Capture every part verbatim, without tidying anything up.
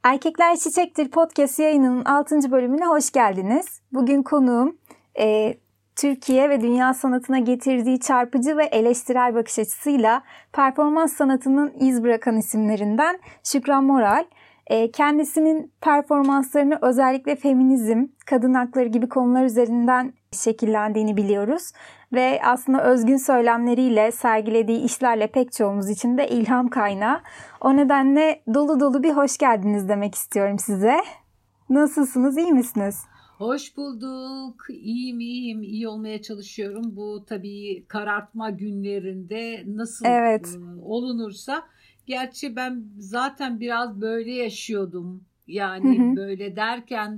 Erkekler Çiçektir podcast yayınının altıncı bölümüne hoş geldiniz. Bugün konuğum e, Türkiye ve dünya sanatına getirdiği çarpıcı ve eleştirel bakış açısıyla performans sanatının iz bırakan isimlerinden Şükran Moral. E, kendisinin performanslarını özellikle feminizm, kadın hakları gibi konular üzerinden şekillendiğini biliyoruz. Ve aslında özgün söylemleriyle, sergilediği işlerle pek çoğumuz için de ilham kaynağı. O nedenle dolu dolu bir hoş geldiniz demek istiyorum size. Nasılsınız, iyi misiniz? Hoş bulduk. İyiyim, iyiyim. İyi olmaya çalışıyorum. Bu tabii karartma günlerinde nasıl Evet. olunursa. Gerçi ben zaten biraz böyle yaşıyordum. Yani hı hı. böyle derken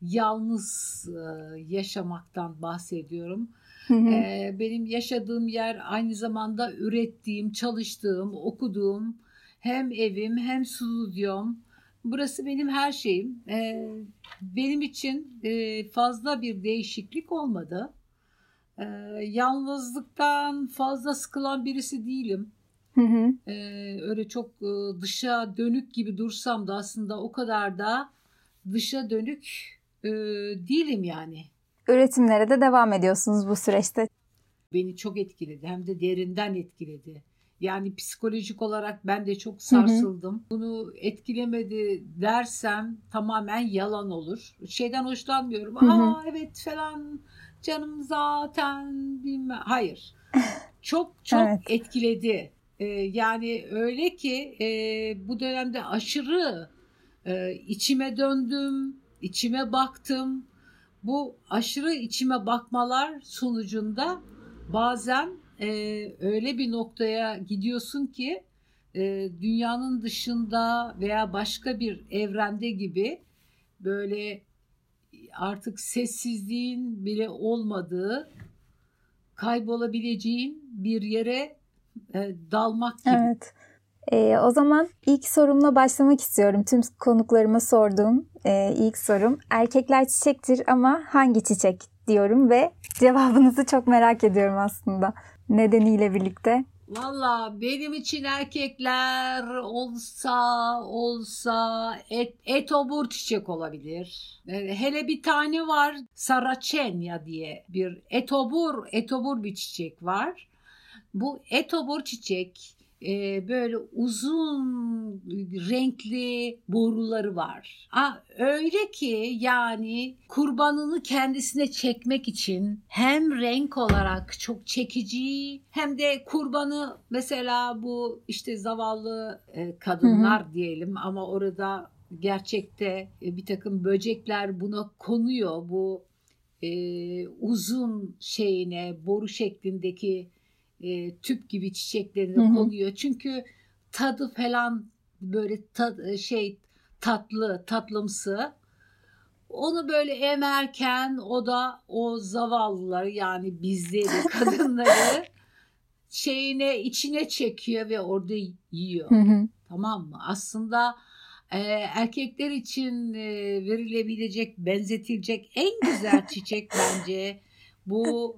yalnız yaşamaktan bahsediyorum. Hı hı. Ee, benim yaşadığım yer aynı zamanda ürettiğim, çalıştığım, okuduğum hem evim hem stüdyom. Burası benim her şeyim. Ee, benim için e, fazla bir değişiklik olmadı. Ee, yalnızlıktan fazla sıkılan birisi değilim. Hı hı. Ee, öyle çok e, dışa dönük gibi dursam da aslında o kadar da dışa dönük e, değilim yani. Üretimlere de devam ediyorsunuz bu süreçte. Beni çok etkiledi, hem de derinden etkiledi. Yani psikolojik olarak ben de çok sarsıldım. Hı hı. Bunu etkilemedi dersem tamamen yalan olur. Şeyden hoşlanmıyorum. Hı hı. Aa evet falan canım zaten bilmem. Hayır. Çok çok evet. etkiledi. Ee, yani öyle ki e, bu dönemde aşırı e, içime döndüm, içime baktım. Bu aşırı içime bakmalar sonucunda bazen e, öyle bir noktaya gidiyorsun ki e, dünyanın dışında veya başka bir evrende gibi böyle artık sessizliğin bile olmadığı, kaybolabileceğin bir yere e, dalmak gibi. Evet. Ee, o zaman ilk sorumla başlamak istiyorum. Tüm konuklarıma sorduğum e, ilk sorum. Erkekler çiçektir ama hangi çiçek diyorum ve cevabınızı çok merak ediyorum aslında. Nedeniyle birlikte. Valla benim için erkekler olsa olsa et, etobur çiçek olabilir. Hele bir tane var, Saracenia diye bir etobur etobur bir çiçek var. Bu etobur çiçek e, böyle uzun renkli boruları var. Aa, öyle ki yani kurbanını kendisine çekmek için hem renk olarak çok çekici hem de kurbanı mesela bu işte zavallı e, kadınlar hı hı. diyelim ama orada gerçekte e, bir takım böcekler buna konuyor. Bu e, uzun şeyine boru şeklindeki E, tüp gibi çiçeklerine hı hı. konuyor. Çünkü tadı falan böyle tad, şey tatlı, tatlımsı. Onu böyle emerken o da o zavallıları yani bizleri, kadınları şeyine içine çekiyor ve orada yiyor. Hı hı. Tamam mı? Aslında e, erkekler için e, verilebilecek, benzetilecek en güzel çiçek bence bu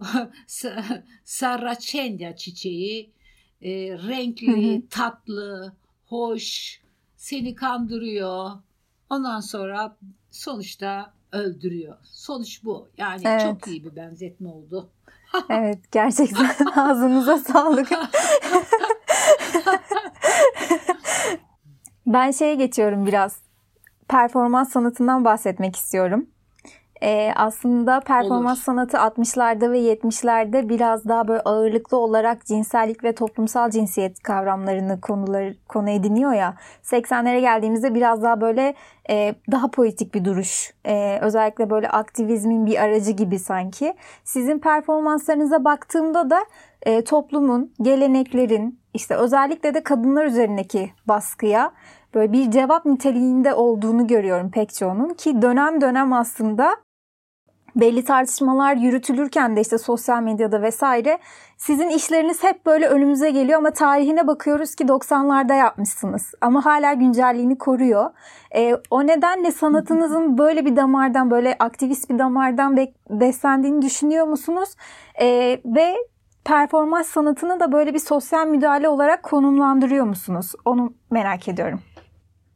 Sarracenia çiçeği. E, renkli, hı hı. tatlı, hoş, seni kandırıyor. Ondan sonra sonuçta öldürüyor. Sonuç bu. Yani evet. Çok iyi bir benzetme oldu. Evet, gerçekten ağzınıza sağlık. Ben şeye geçiyorum biraz. Performans sanatından bahsetmek istiyorum. Ee, aslında performans Olur. sanatı altmışlarda ve yetmişlerde biraz daha böyle ağırlıklı olarak cinsellik ve toplumsal cinsiyet kavramlarını konuları konu ediniyor ya. seksenlere geldiğimizde biraz daha böyle e, daha politik bir duruş. E, özellikle böyle aktivizmin bir aracı gibi sanki. Sizin performanslarınıza baktığımda da e, toplumun, geleneklerin, işte özellikle de kadınlar üzerindeki baskıya böyle bir cevap niteliğinde olduğunu görüyorum pek çoğunun ki dönem dönem aslında belli tartışmalar yürütülürken de işte sosyal medyada vesaire sizin işleriniz hep böyle önümüze geliyor ama tarihine bakıyoruz ki doksanlarda yapmışsınız ama hala güncelliğini koruyor. E, o nedenle sanatınızın böyle bir damardan, böyle aktivist bir damardan be- beslendiğini düşünüyor musunuz? E, ve performans sanatını da böyle bir sosyal müdahale olarak konumlandırıyor musunuz? Onu merak ediyorum.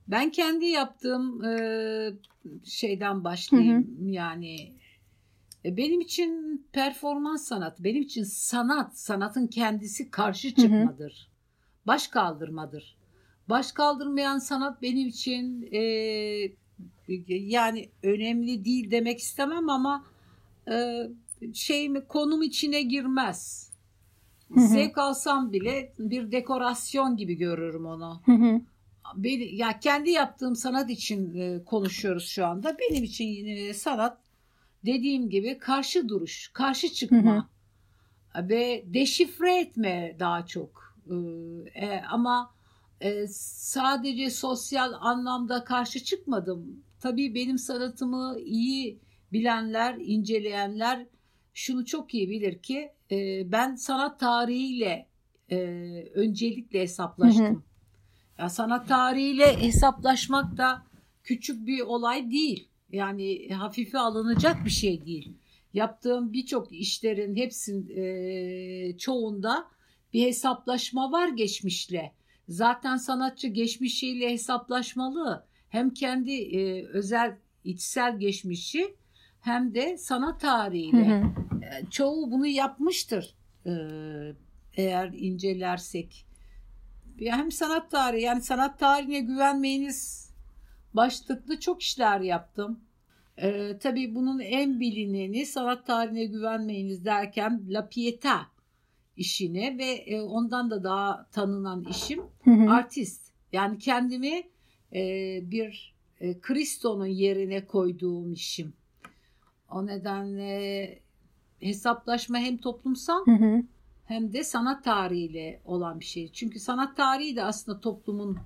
Ben kendi yaptığım e, şeyden başlayayım. Hı hı. Yani e, benim için performans sanatı, benim için sanat, sanatın kendisi karşı çıkmadır. Hı hı. Baş kaldırmadır. Baş kaldırmayan sanat benim için e, yani önemli değil demek istemem ama e, şey mi konum içine girmez. Hı hı. Zevk alsam bile bir dekorasyon gibi görürüm onu. Hı hı. Beni, ya kendi yaptığım sanat için e, konuşuyoruz şu anda. Benim için yine sanat dediğim gibi karşı duruş, karşı çıkma hı hı. ve deşifre etme daha çok. E, e, ama e, sadece sosyal anlamda karşı çıkmadım. Tabii benim sanatımı iyi bilenler, inceleyenler şunu çok iyi bilir ki e, ben sanat tarihiyle e, öncelikle hesaplaştım. Hı hı. Ya sanat tarihiyle hesaplaşmak da küçük bir olay değil. Yani hafife alınacak bir şey değil. Yaptığım birçok işlerin hepsinin e, çoğunda bir hesaplaşma var geçmişle. Zaten sanatçı geçmişiyle hesaplaşmalı. Hem kendi e, özel içsel geçmişi hem de sanat tarihiyle. Hı hı. E, çoğu bunu yapmıştır e, eğer incelersek. Hem sanat tarihi yani sanat tarihine güvenmeyiniz başlıklı çok işler yaptım. Ee, tabii bunun en bilineni sanat tarihine güvenmeyiniz derken La Pietà işine ve e, ondan da daha tanınan işim hı hı. artist. Yani kendimi e, bir e, Kristo'nun yerine koyduğum işim. O nedenle hesaplaşma hem toplumsal hı hı. hem de sanat tarihiyle olan bir şey. Çünkü sanat tarihi de aslında toplumun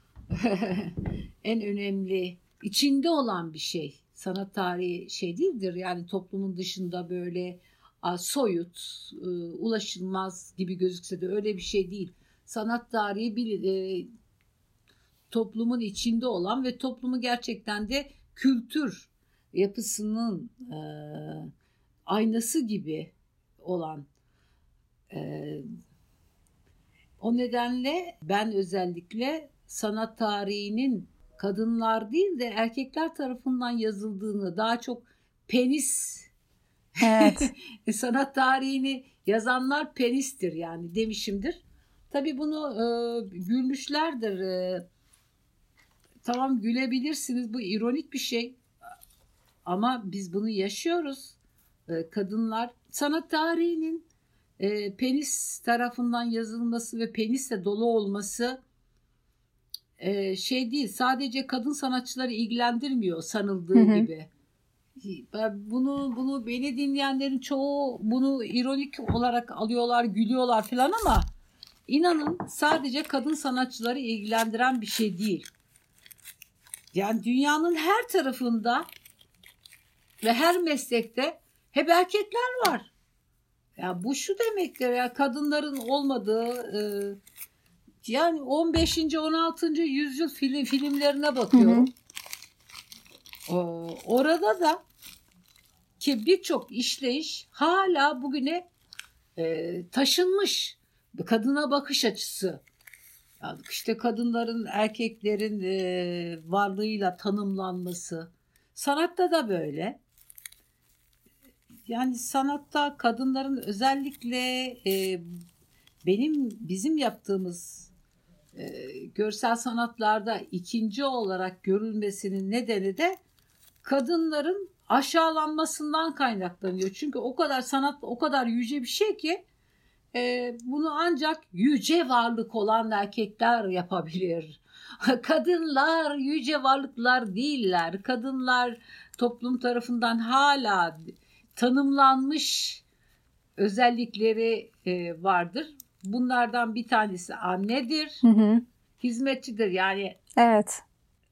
en önemli içinde olan bir şey. Sanat tarihi şey değildir. Yani toplumun dışında böyle soyut, ulaşılmaz gibi gözükse de öyle bir şey değil. Sanat tarihi bir e, toplumun içinde olan ve toplumu gerçekten de kültür yapısının e, aynası gibi olan. Ee, o nedenle ben özellikle sanat tarihinin kadınlar değil de erkekler tarafından yazıldığını daha çok penis evet. sanat tarihini yazanlar penistir yani demişimdir. Tabii bunu e, gülmüşlerdir. E, tamam gülebilirsiniz bu ironik bir şey ama biz bunu yaşıyoruz. E, kadınlar sanat tarihinin E, penis tarafından yazılması ve penisle dolu olması e, şey değil. Sadece kadın sanatçıları ilgilendirmiyor sanıldığı hı hı. gibi. Bunu bunu beni dinleyenlerin çoğu bunu ironik olarak alıyorlar, gülüyorlar falan ama inanın sadece kadın sanatçıları ilgilendiren bir şey değil. Yani dünyanın her tarafında ve her meslekte hep erkekler var. Ya bu şu demektir ya kadınların olmadığı e, yani on beşinci on altıncı yüzyıl film, filmlerine bakıyorum. Hı hı. O, orada da ki birçok işleyiş hala bugüne e, taşınmış kadına bakış açısı. Yani işte kadınların erkeklerin e, varlığıyla tanımlanması. Sanatta da böyle. Yani sanatta kadınların özellikle e, benim bizim yaptığımız e, görsel sanatlarda ikinci olarak görülmesinin nedeni de kadınların aşağılanmasından kaynaklanıyor. Çünkü o kadar sanat o kadar yüce bir şey ki e, bunu ancak yüce varlık olan erkekler yapabilir. Kadınlar yüce varlıklar değiller. Kadınlar toplum tarafından hala tanımlanmış özellikleri e, vardır. Bunlardan bir tanesi annedir, hı hı. hizmetçidir. Yani evet.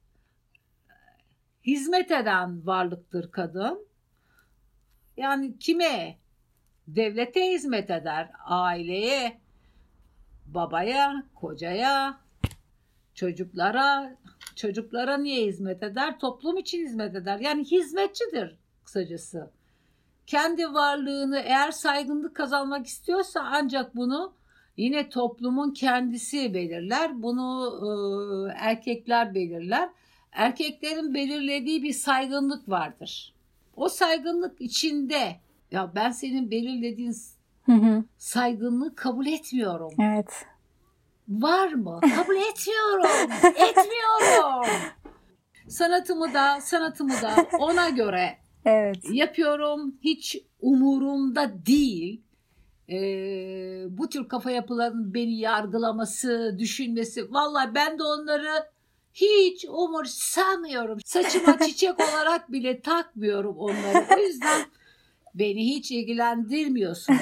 hizmet eden varlıktır kadın. Yani kime? Devlete hizmet eder, aileye, babaya, kocaya, çocuklara. Çocuklara niye hizmet eder? Toplum için hizmet eder. Yani hizmetçidir kısacası. Kendi varlığını eğer saygınlık kazanmak istiyorsa ancak bunu Yine toplumun kendisi belirler. Bunu e, erkekler belirler. Erkeklerin belirlediği bir saygınlık vardır. O saygınlık içinde ya ben senin belirlediğin Hı hı. saygınlığı kabul etmiyorum. Evet. Var mı? Kabul etmiyorum. Etmiyorum. Sanatımı da sanatımı da ona göre Evet. yapıyorum. Hiç umurumda değil. Ee, bu tür kafa yapılarının beni yargılaması, düşünmesi. Vallahi ben de onları hiç umursamıyorum. Saçıma çiçek olarak bile takmıyorum onları. O yüzden beni hiç ilgilendirmiyorsunuz.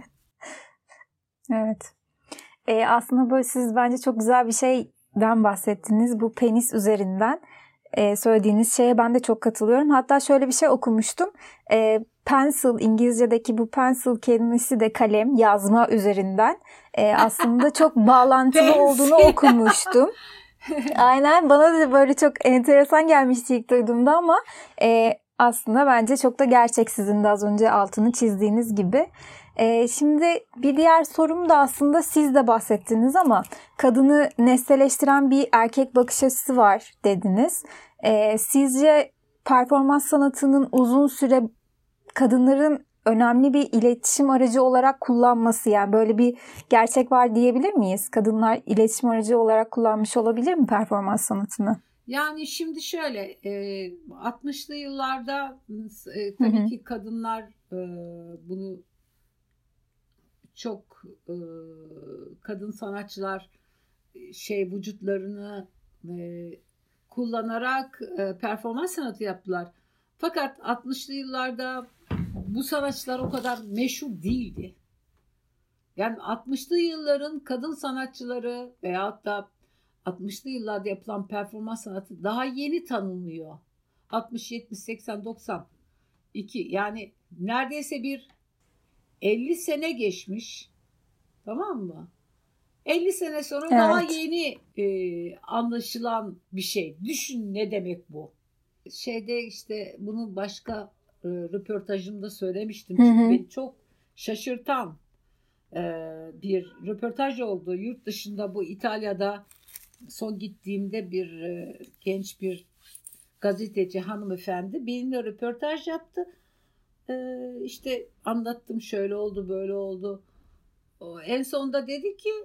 Evet. Ee, aslında böyle siz bence çok güzel bir şeyden bahsettiniz. Bu penis üzerinden e, söylediğiniz şeye ben de çok katılıyorum. Hatta şöyle bir şey okumuştum. E, pencil, İngilizce'deki bu pencil kelimesi de kalem, yazma üzerinden e, aslında çok bağlantılı olduğunu okumuştum. Aynen, bana da böyle çok enteresan gelmişti ilk duyduğumda ama e, aslında bence çok da gerçek, sizin de az önce altını çizdiğiniz gibi. Ee, şimdi bir diğer sorum da aslında siz de bahsettiniz ama kadını nesneleştiren bir erkek bakış açısı var dediniz. Ee, sizce performans sanatının uzun süre kadınların önemli bir iletişim aracı olarak kullanması, yani böyle bir gerçek var diyebilir miyiz? Kadınlar iletişim aracı olarak kullanmış olabilir mi performans sanatını? Yani şimdi şöyle e, altmışlı yıllarda e, tabii hı hı. ki kadınlar e, bunu çok e, kadın sanatçılar şey vücutlarını e, kullanarak e, performans sanatı yaptılar. Fakat altmışlı yıllarda bu sanatçılar o kadar meşhur değildi. Yani altmışlı yılların kadın sanatçıları veyahut da altmışlı yıllarda yapılan performans sanatı daha yeni tanınıyor. altmış, yetmiş, seksen, doksan iki yani neredeyse bir elli sene geçmiş, tamam mı? elli sene sonra evet. Daha yeni e, anlaşılan bir şey. Düşün ne demek bu? Şeyde işte bunu başka e, röportajımda söylemiştim. Çünkü hı hı. beni çok şaşırtan e, bir röportaj oldu. Yurt dışında, bu İtalya'da son gittiğimde bir e, genç bir gazeteci hanımefendi benimle röportaj yaptı. Ee, işte anlattım, şöyle oldu böyle oldu. O, en sonunda dedi ki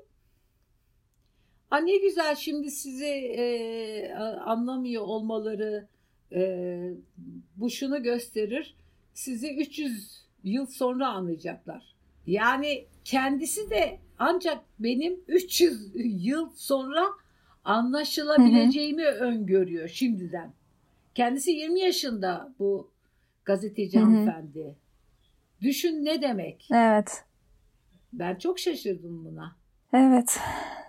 ne güzel, şimdi sizi e, anlamıyor olmaları e, bu şunu gösterir, sizi üç yüz yıl sonra anlayacaklar. Yani kendisi de ancak benim üç yüz yıl sonra anlaşılabileceğimi hı hı. öngörüyor şimdiden. Kendisi yirmi yaşında bu gazeteci Hı-hı. hanımefendi. Düşün ne demek? Evet. Ben çok şaşırdım buna. Evet.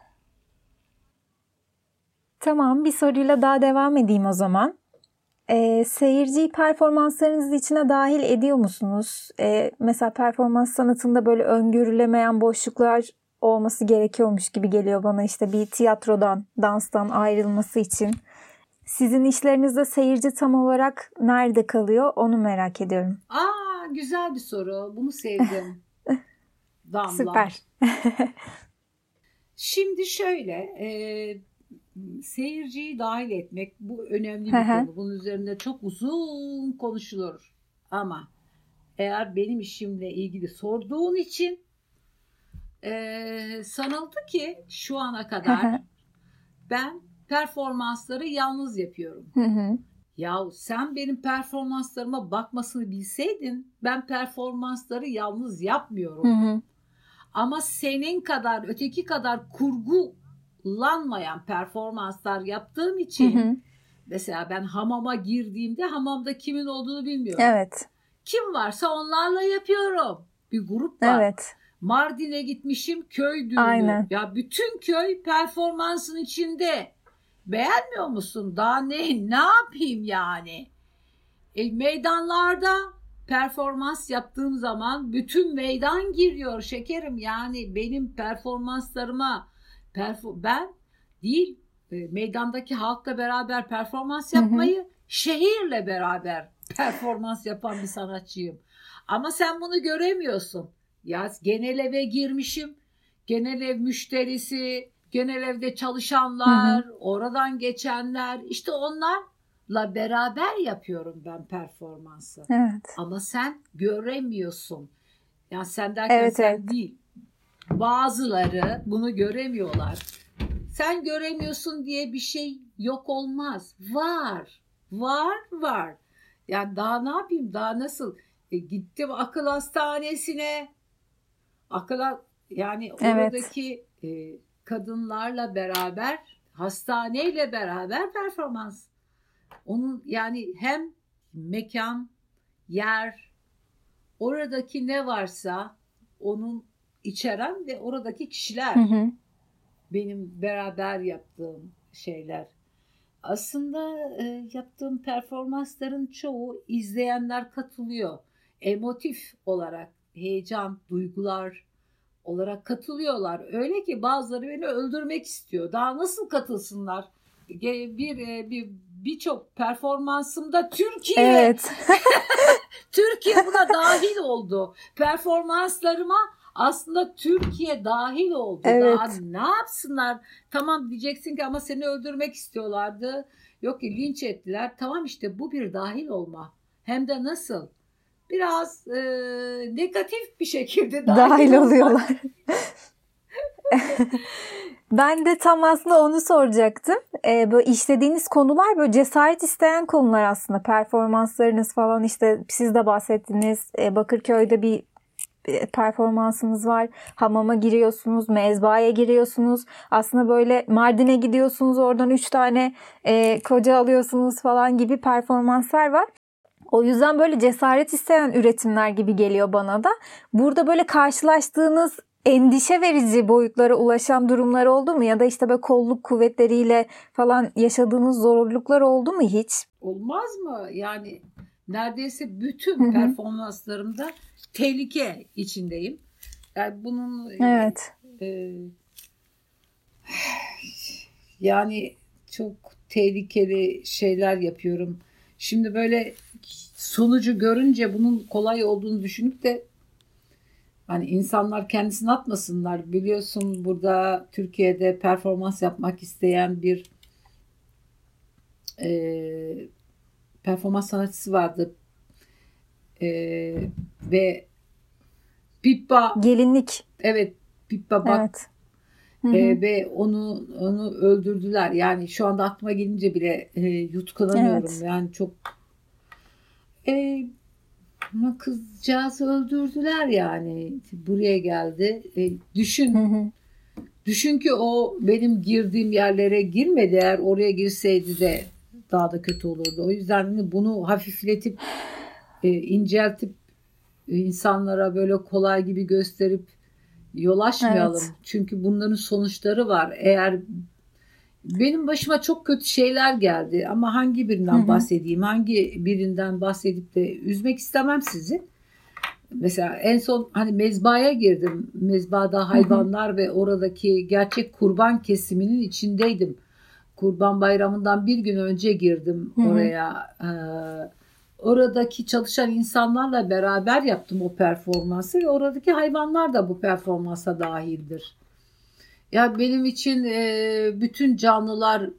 Tamam, bir soruyla daha devam edeyim o zaman. Ee, seyirciyi performanslarınız içine dahil ediyor musunuz? Ee, mesela performans sanatında böyle öngörülemeyen boşluklar olması gerekiyormuş gibi geliyor bana, işte bir tiyatrodan, danstan ayrılması için. Sizin işlerinizde seyirci tam olarak nerede kalıyor, onu merak ediyorum. Aa, güzel bir soru. Bunu sevdim. Damla. Süper. Şimdi şöyle, e, seyirciyi dahil etmek bu önemli bir konu. Bunun üzerinde çok uzun konuşulur. Ama eğer benim işimle ilgili sorduğun için e, sanıldı ki şu ana kadar ben performansları yalnız yapıyorum. Hı hı. Yahu sen benim performanslarıma bakmasını bilseydin, ben performansları yalnız yapmıyorum. Hı hı. Ama senin kadar, öteki kadar kurgulanmayan performanslar yaptığım için hı hı. mesela ben hamama girdiğimde hamamda kimin olduğunu bilmiyorum. Evet. Kim varsa onlarla yapıyorum. Bir grup var. Evet. Mardin'e gitmişim, köy düğünü. Aynen. Ya bütün köy performansın içinde. Beğenmiyor musun? Daha ne ne yapayım yani? E, meydanlarda performans yaptığım zaman bütün meydan giriyor şekerim. Yani benim performanslarıma perfor- ben değil e, meydandaki halkla beraber performans yapmayı, hı hı. şehirle beraber performans yapan bir sanatçıyım. Ama sen bunu göremiyorsun. Ya genel eve girmişim. genel ev müşterisi, genel evde çalışanlar, Hı hı. oradan geçenler, işte onlarla beraber yapıyorum ben performansı. Evet. Ama sen göremiyorsun. Yani sen derken Evet, evet. sen değil. Bazıları bunu göremiyorlar. Sen göremiyorsun diye bir şey yok olmaz. Var. Var var. Yani daha ne yapayım? Daha nasıl? E, gittim akıl hastanesine. Akıl ha- yani Evet. oradaki e, kadınlarla beraber, hastaneyle beraber performans. Onun yani hem mekan, yer, oradaki ne varsa onun içeren ve oradaki Hı kişiler hı. benim beraber yaptığım şeyler. Aslında e, yaptığım performansların çoğu izleyenler katılıyor. Emotif olarak, heyecan, duygular olarak katılıyorlar. Öyle ki bazıları beni öldürmek istiyor. Daha nasıl katılsınlar? Ge- Bir e, bir birçok performansımda Türkiye Evet. Türkiye buna dahil oldu. Performanslarıma aslında Türkiye dahil oldu. Daha Evet. ne yapsınlar? Tamam diyeceksin ki ama seni öldürmek istiyorlardı. Yok ki linç ettiler. Tamam işte bu bir dahil olma. Hem de nasıl? Biraz e, negatif bir şekilde dahil Dahil olmak. oluyorlar. Ben de tam aslında onu soracaktım. Ee, böyle işlediğiniz konular böyle cesaret isteyen konular aslında. Performanslarınız falan işte siz de bahsettiniz. Ee, Bakırköy'de bir e, performansınız var. Hamama giriyorsunuz, mezbahaya giriyorsunuz. Aslında böyle Mardin'e gidiyorsunuz. Oradan üç tane e, koca alıyorsunuz falan gibi performanslar var. O yüzden böyle cesaret isteyen üretimler gibi geliyor bana da. Burada böyle karşılaştığınız endişe verici boyutlara ulaşan durumlar oldu mu? Ya da işte böyle kolluk kuvvetleriyle falan yaşadığınız zorluklar oldu mu hiç? Olmaz mı? Yani neredeyse Hı bütün hı. performanslarımda tehlike içindeyim. Yani bunun e, Evet. e, yani çok tehlikeli şeyler yapıyorum. Şimdi böyle sonucu görünce bunun kolay olduğunu düşünüp de hani insanlar kendisini atmasınlar. Biliyorsun burada Türkiye'de performans yapmak isteyen bir e, performans sanatçısı vardı. E, ve Pippa, Gelinlik. evet, Pippa Bak Evet. Hı hı. e, ve onu onu öldürdüler. Yani şu anda aklıma gelince bile e, yutkunamıyorum. Evet. Yani çok e, ama kızcağızı öldürdüler yani. Buraya geldi. E, Hı düşün. hı. Düşün ki o benim girdiğim yerlere girmedi. Eğer oraya girseydi de daha da kötü olurdu. O yüzden bunu hafifletip e, inceltip e, insanlara böyle kolay gibi gösterip yol Evet. açmayalım. Çünkü bunların sonuçları var. Eğer benim başıma çok kötü şeyler geldi ama hangi Hı birinden hı. bahsedeyim, hangi birinden bahsedip de üzmek istemem sizi. Mesela en son hani mezbahaya girdim. Mezbahada Hı hı. hayvanlar ve oradaki gerçek kurban kesiminin içindeydim. Kurban Bayramı'ndan bir gün önce girdim Hı hı. oraya. Ee, oradaki çalışan insanlarla beraber yaptım o performansı ve oradaki hayvanlar da bu performansa dahildir. Ya benim için e, bütün canlılar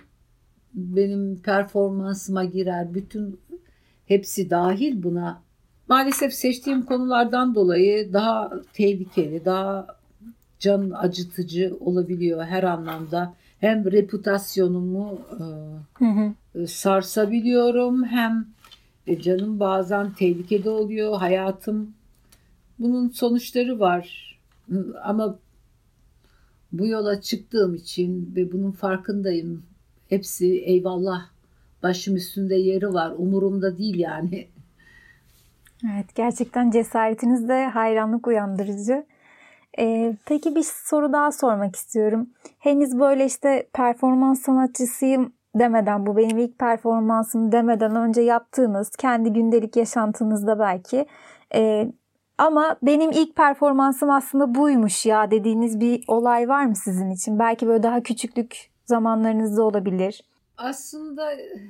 benim performansıma girer. Bütün hepsi dahil buna. Maalesef seçtiğim konulardan dolayı daha tehlikeli, daha can acıtıcı olabiliyor her anlamda. Hem reputasyonumu Hı hı. e, sarsabiliyorum hem e, canım bazen tehlikede oluyor, hayatım. Bunun sonuçları var. Ama bu yola çıktığım için ve bunun farkındayım. Hepsi eyvallah. Başım üstünde yeri var. Umurumda değil yani. Evet, gerçekten cesaretiniz de hayranlık uyandırıcı. Ee, peki bir soru daha sormak istiyorum. Henüz böyle işte performans sanatçısıyım demeden, bu benim ilk performansım demeden önce yaptığınız, kendi gündelik yaşantınızda belki e, ama benim ilk performansım aslında buymuş ya dediğiniz bir olay var mı sizin için? Belki böyle daha küçüklük zamanlarınızda olabilir. Aslında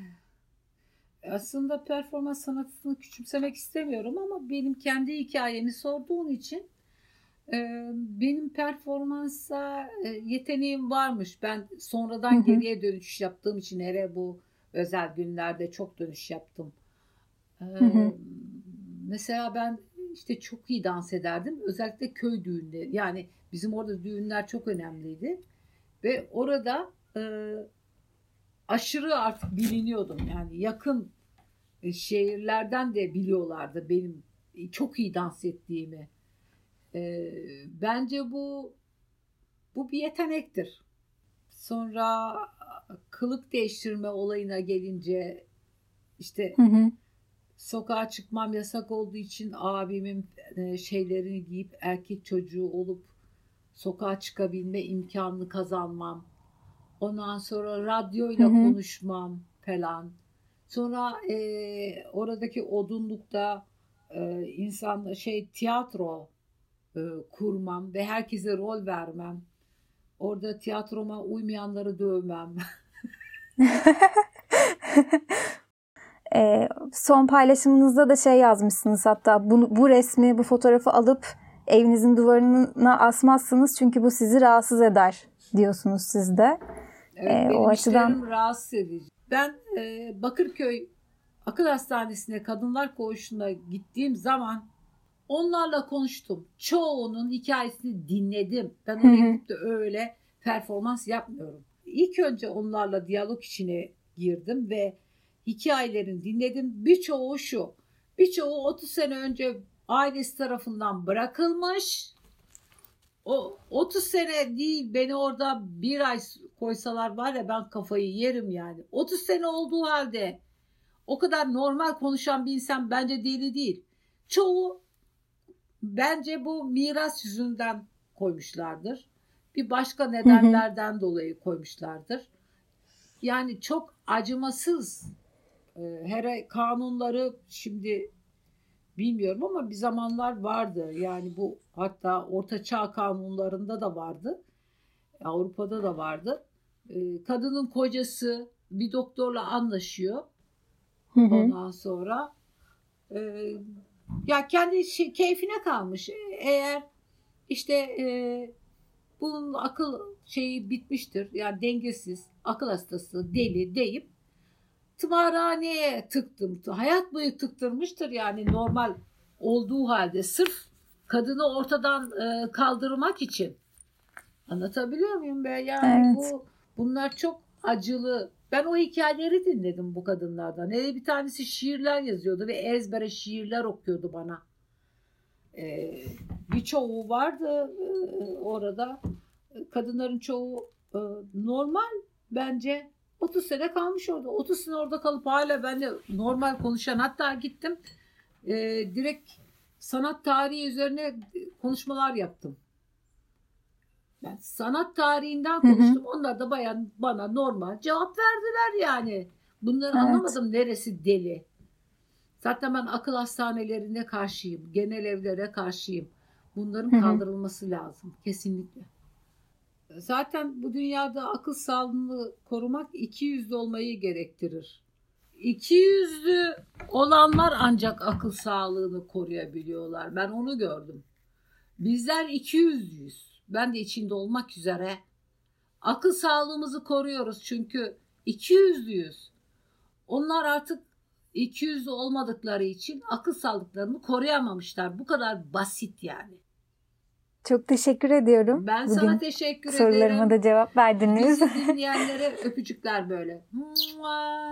aslında performans sanatını küçümsemek istemiyorum ama benim kendi hikayemi sorduğun için Ee, benim performansa e, yeteneğim varmış. Ben Hı sonradan hı. geriye dönüş yaptığım için hele bu özel günlerde çok dönüş yaptım. Ee, Hı hı. Mesela ben işte çok iyi dans ederdim. Özellikle köy düğünleri. Yani bizim orada düğünler çok önemliydi. Ve orada e, aşırı artık biliniyordum. Yani yakın e, şehirlerden de biliyorlardı benim çok iyi dans ettiğimi. E, Bence bu bu bir yetenektir. Sonra kılık değiştirme olayına gelince işte Hı hı. sokağa çıkmam yasak olduğu için abimin e, şeylerini giyip erkek çocuğu olup sokağa çıkabilme imkanını kazanmam. Ondan sonra Hı radyoyla hı. konuşmam falan. Sonra e, oradaki odunlukta e, insan şey tiyatro e, kurmam ve herkese rol vermem. Orada tiyatroma uymayanları dövmem. Ee, son paylaşımınızda da şey yazmışsınız, hatta bu, bu resmi, bu fotoğrafı alıp evinizin duvarına asmazsınız çünkü bu sizi rahatsız eder diyorsunuz siz de. Evet, Ee, o benim açıdan. işlerim rahatsız edici. Ben e, Bakırköy Akıl Hastanesi'ne kadınlar koğuşuna gittiğim zaman onlarla konuştum. Çoğunun hikayesini dinledim. Ben Hı oraya hı. gidip de öyle performans yapmıyorum. İlk önce onlarla diyalog içine girdim ve hikayelerini dinledim. Birçoğu şu. Birçoğu otuz sene önce ailesi tarafından bırakılmış. O otuz sene değil, beni orada bir ay koysalar var ya ben kafayı yerim yani. otuz sene olduğu halde o kadar normal konuşan bir insan bence deli değil. Çoğu bence bu miras yüzünden koymuşlardır. Bir başka Hı hı. nedenlerden dolayı koymuşlardır. Yani çok acımasız e, her kanunları şimdi bilmiyorum ama bir zamanlar vardı. Yani bu hatta Orta Çağ kanunlarında da vardı. Avrupa'da da vardı. E, kadının kocası bir doktorla anlaşıyor. Hı hı. Ondan sonra e, ya kendi şey, keyfine kalmış. Eğer işte e, bunun akıl şeyi bitmiştir. Yani dengesiz, akıl hastası, deli deyip tımarhaneye tıktım. Hayat boyu tıktırmıştır yani normal olduğu halde sırf kadını ortadan e, kaldırmak için. Anlatabiliyor muyum be? Yani Evet. bu bunlar çok acılı. Ben o hikayeleri dinledim bu kadınlardan. Hele bir tanesi şiirler yazıyordu ve ezbere şiirler okuyordu bana. Ee, Birçoğu vardı e, orada. Kadınların çoğu e, normal bence otuz sene kalmış orada. otuz sene orada kalıp hala benimle normal konuşan, hatta gittim e, direkt sanat tarihi üzerine konuşmalar yaptım. Ben sanat tarihinden Hı hı. konuştum. Onlar da bayan bana normal cevap verdiler yani. Bunları Evet. anlamadım, neresi deli. Zaten ben akıl hastanelerine karşıyım. Genel evlere karşıyım. Bunların Hı hı. kaldırılması lazım kesinlikle. Zaten bu dünyada akıl sağlığını korumak iki yüzlü olmayı gerektirir. İki yüzlü olanlar ancak akıl sağlığını koruyabiliyorlar. Ben onu gördüm. Bizler iki yüzlüyüz. Ben de içinde olmak üzere. Akıl sağlığımızı koruyoruz çünkü iki yüzlüyüz. Onlar artık iki yüzlü olmadıkları için akıl sağlıklarını koruyamamışlar. Bu kadar basit yani. Çok teşekkür ediyorum. Ben sana Bugün teşekkür sorularıma ederim. da cevap verdiniz. Bizi dinleyenlere öpücükler böyle. Mua.